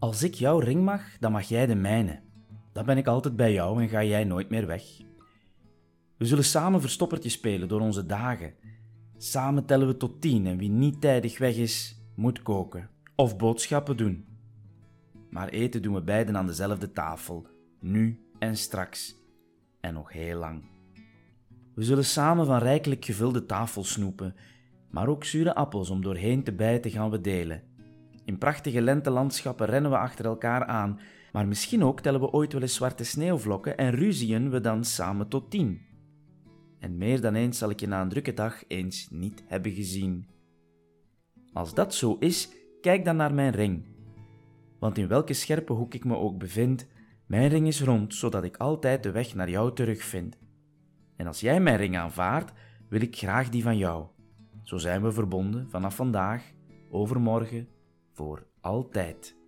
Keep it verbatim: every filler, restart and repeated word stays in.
Als ik jouw ring mag, dan mag jij de mijne. Dan ben ik altijd bij jou en ga jij nooit meer weg. We zullen samen verstoppertje spelen door onze dagen. Samen tellen we tot tien en wie niet tijdig weg is, moet koken of boodschappen doen. Maar eten doen we beiden aan dezelfde tafel, nu en straks en nog heel lang. We zullen samen van rijkelijk gevulde tafel snoepen, maar ook zure appels om doorheen te bijten gaan we delen. In prachtige lentelandschappen rennen we achter elkaar aan, maar misschien ook tellen we ooit wel eens zwarte sneeuwvlokken en ruzien we dan samen tot tien. En meer dan eens zal ik je na een drukke dag eens niet hebben gezien. Als dat zo is, kijk dan naar mijn ring. Want in welke scherpe hoek ik me ook bevind, mijn ring is rond, zodat ik altijd de weg naar jou terugvind. En als jij mijn ring aanvaardt, wil ik graag die van jou. Zo zijn we verbonden vanaf vandaag, overmorgen, voor altijd.